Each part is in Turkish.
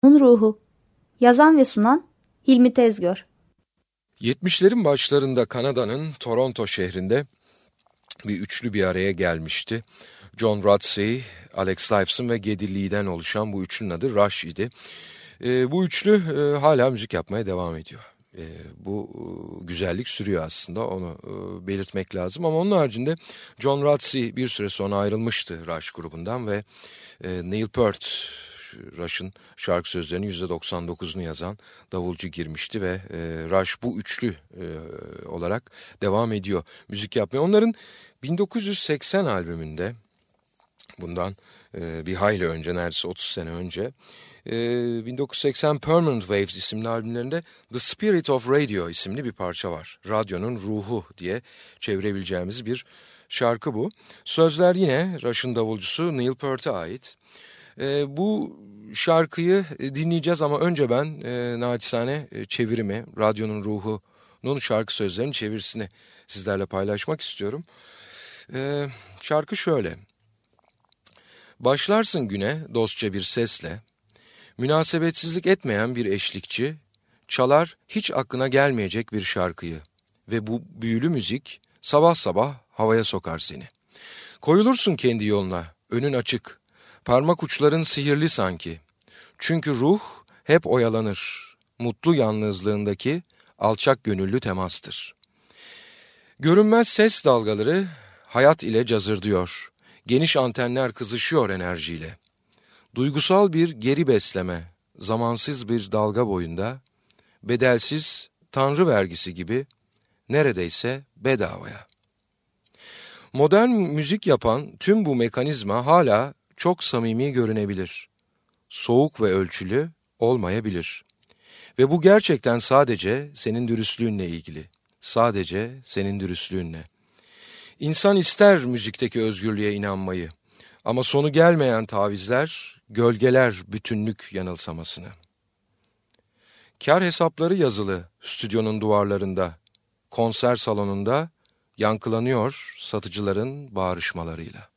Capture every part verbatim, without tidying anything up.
Ruhu. Yazan ve sunan Hilmi Tezgör. yetmişlerin başlarında Kanada'nın Toronto şehrinde bir üçlü bir araya gelmişti. John Rutsey, Alex Lifeson ve Geddy Lee'den oluşan bu üçlünün adı Rush idi. E, bu üçlü e, hala müzik yapmaya devam ediyor. E, bu e, güzellik sürüyor aslında, onu e, belirtmek lazım. Ama onun haricinde John Rutsey bir süre sonra ayrılmıştı Rush grubundan ve e, Neil Peart, Rush'ın şarkı sözlerinin yüzde doksan dokuzunu yazan davulcu girmişti ve e, Rush bu üçlü e, olarak devam ediyor müzik yapmaya. Onların bin dokuz yüz seksen albümünde, bundan e, bir hayli önce, neredeyse otuz sene önce, e, bin dokuz yüz seksen Permanent Waves isimli albümlerinde The Spirit of Radio isimli bir parça var. Radyonun ruhu diye çevirebileceğimiz bir şarkı bu. Sözler yine Rush'ın davulcusu Neil Peart'e ait. E, bu şarkıyı dinleyeceğiz ama önce ben e, naçizane e, çevirimi, Radyonun Ruhu'nun şarkı sözlerinin çevirisini sizlerle paylaşmak istiyorum. E, şarkı şöyle. Başlarsın güne dostça bir sesle, münasebetsizlik etmeyen bir eşlikçi, çalar hiç aklına gelmeyecek bir şarkıyı ve bu büyülü müzik sabah sabah havaya sokar seni. Koyulursun kendi yoluna, önün açık. Parmak uçların sihirli sanki. Çünkü ruh hep oyalanır. Mutlu yalnızlığındaki alçak gönüllü temastır. Görünmez ses dalgaları hayat ile cazırdıyor. Geniş antenler kızışıyor enerjiyle. Duygusal bir geri besleme, zamansız bir dalga boyunda, bedelsiz tanrı vergisi gibi neredeyse bedavaya. Modern müzik yapan tüm bu mekanizma hala çok samimi görünebilir. Soğuk ve ölçülü olmayabilir. Ve bu gerçekten sadece senin dürüstlüğünle ilgili. Sadece senin dürüstlüğünle. İnsan ister müzikteki özgürlüğe inanmayı. Ama sonu gelmeyen tavizler, gölgeler bütünlük yanılsamasını. Kar hesapları yazılı stüdyonun duvarlarında, konser salonunda yankılanıyor satıcıların bağrışmalarıyla.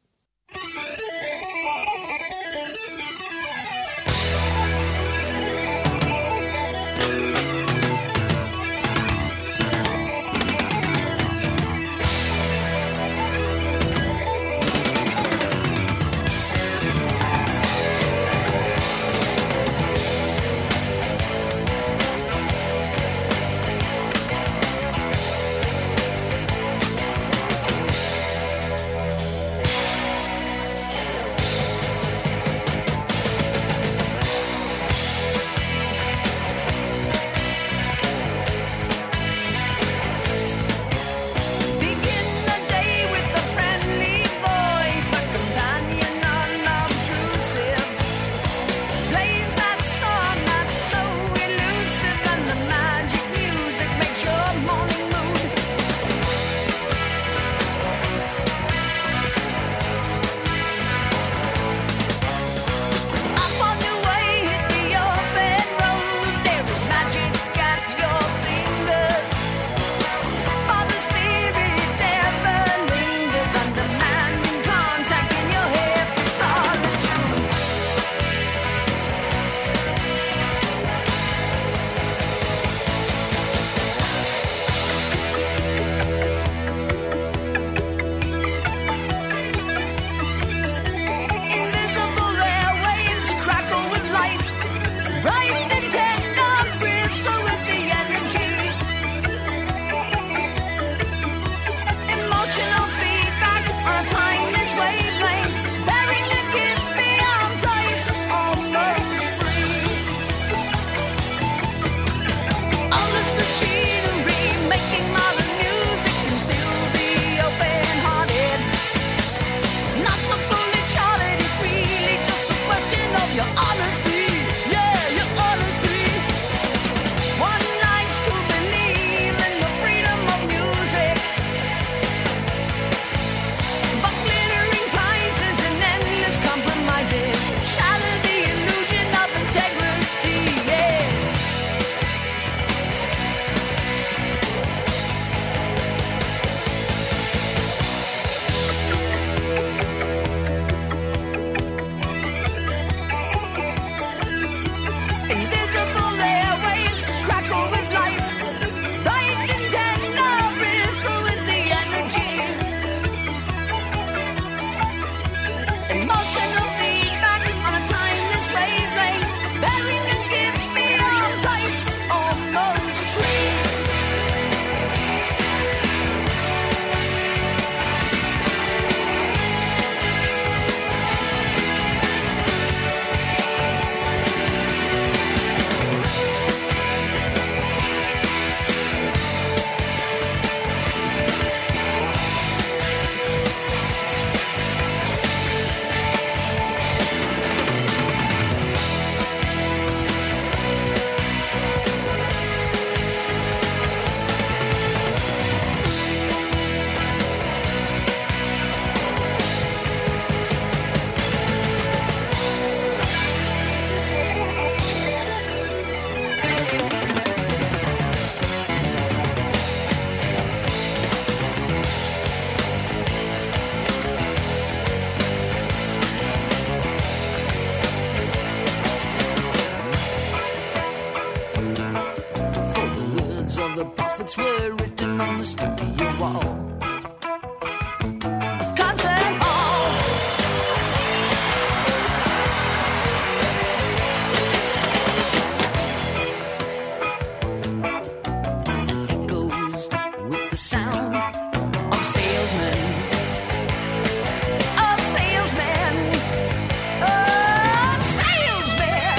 Your honesty, yeah, your honesty. Invisible airwaves crackle with life. Lightning tender bristle with the energy. Emotional feedback on a timeless wavelength. Bearing a gift beyond place, almost free. Of the prophets were written on the studio wall. Concert hall. And echoes with the sound of salesmen, of salesmen, of salesmen.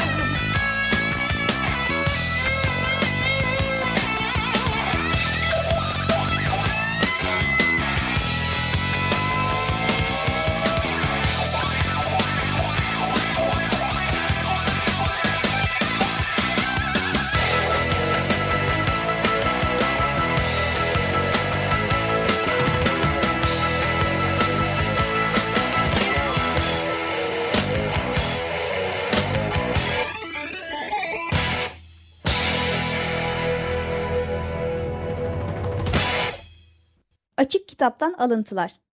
Açık Kitaptan Alıntılar.